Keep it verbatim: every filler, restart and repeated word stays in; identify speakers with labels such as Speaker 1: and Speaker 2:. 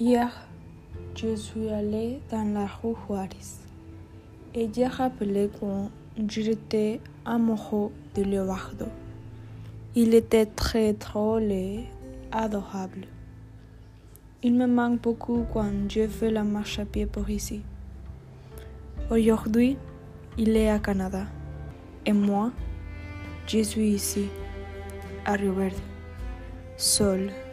Speaker 1: Hier, je suis allée dans la rue Juárez et j'ai rappelé quand j'étais amoureux de Leonardo. Il était très drôle et adorable. Il me manque beaucoup quand je fais la marche à pied pour ici. Aujourd'hui, il est à Canada et moi, je suis ici, à Rio Verde, seule.